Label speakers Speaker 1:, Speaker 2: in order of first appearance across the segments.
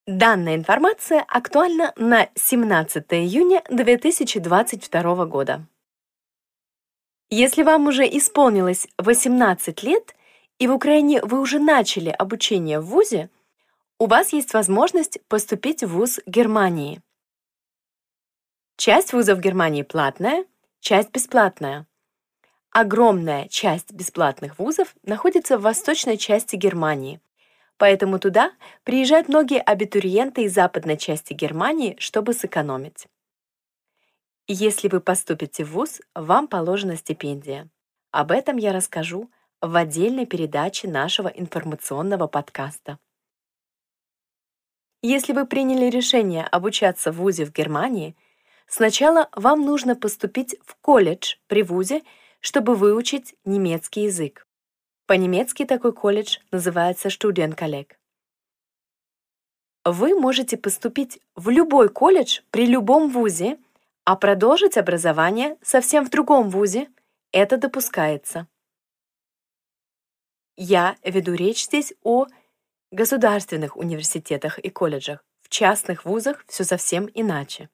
Speaker 1: Данная информация актуальна на 17 июня 2022 года. Если вам уже исполнилось 18 лет и в Украине вы уже начали обучение в вузе, у вас есть возможность поступить в вуз Германии. Часть вузов Германии платная, часть бесплатная. Огромная часть бесплатных вузов находится в восточной части Германии, поэтому туда приезжают многие абитуриенты из западной части Германии, чтобы сэкономить. Если вы поступите в вуз, вам положена стипендия. Об этом я расскажу в отдельной передаче нашего информационного подкаста. Если вы приняли решение обучаться в вузе в Германии, сначала вам нужно поступить в колледж при вузе, чтобы выучить немецкий язык. По-немецки такой колледж называется Studienkolleg. Вы можете поступить в любой колледж при любом вузе, а продолжить образование совсем в другом вузе. Это допускается. Я веду речь здесь о государственных университетах и колледжах. В частных вузах все совсем иначе.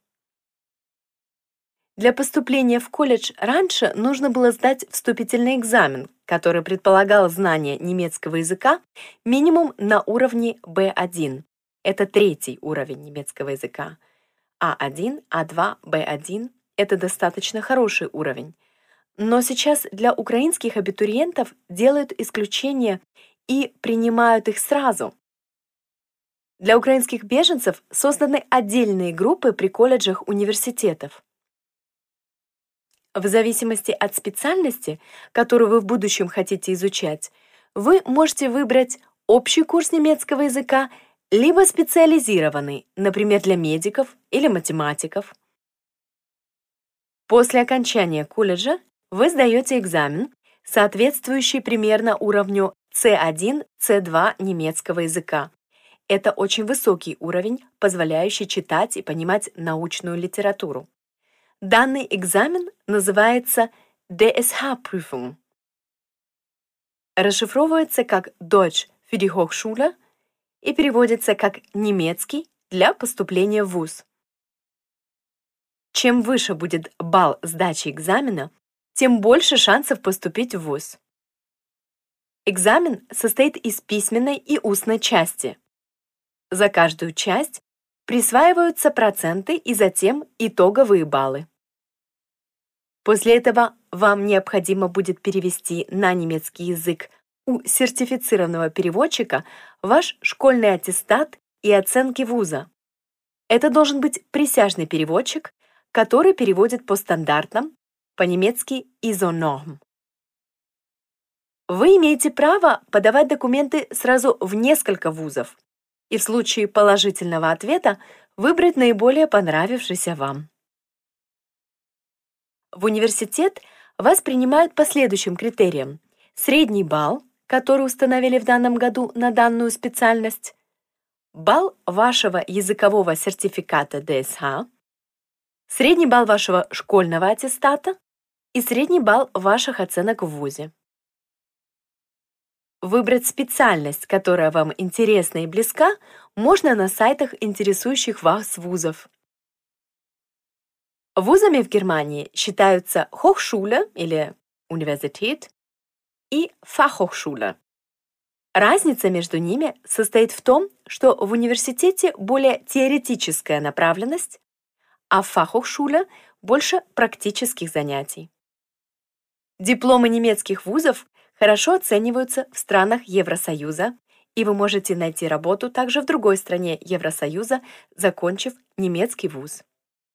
Speaker 1: Для поступления в колледж раньше нужно было сдать вступительный экзамен, который предполагал знание немецкого языка минимум на уровне B1. Это третий уровень немецкого языка. А1, А2, Б1 – это достаточно хороший уровень. Но сейчас для украинских абитуриентов делают исключение и принимают их сразу. Для украинских беженцев созданы отдельные группы при колледжах университетов. В зависимости от специальности, которую вы в будущем хотите изучать, вы можете выбрать общий курс немецкого языка либо специализированный, например, для медиков или математиков. После окончания колледжа вы сдаете экзамен, соответствующий примерно уровню C1, C2 немецкого языка. Это очень высокий уровень, позволяющий читать и понимать научную литературу. Данный экзамен называется DSH-Prüfung. Расшифровывается как Deutsch für die Hochschule и переводится как немецкий для поступления в вуз. Чем выше будет балл сдачи экзамена, тем больше шансов поступить в вуз. Экзамен состоит из письменной и устной части. За каждую часть присваиваются проценты и затем итоговые баллы. После этого вам необходимо будет перевести на немецкий язык у сертифицированного переводчика ваш школьный аттестат и оценки вуза. Это должен быть присяжный переводчик, который переводит по стандартам, по-немецки ISO-Norm. Вы имеете право подавать документы сразу в несколько вузов и в случае положительного ответа выбрать наиболее понравившийся вам. В университет вас принимают по следующим критериям: средний балл, который установили в данном году на данную специальность, балл вашего языкового сертификата DSH, средний балл вашего школьного аттестата и средний балл ваших оценок в вузе. Выбрать специальность, которая вам интересна и близка, можно на сайтах интересующих вас вузов. Вузами в Германии считаются Hochschule или Universität и Fachhochschule. Разница между ними состоит в том, что в университете более теоретическая направленность, а в Fachhochschule больше практических занятий. Дипломы немецких вузов хорошо оцениваются в странах Евросоюза, и вы можете найти работу также в другой стране Евросоюза, закончив немецкий вуз.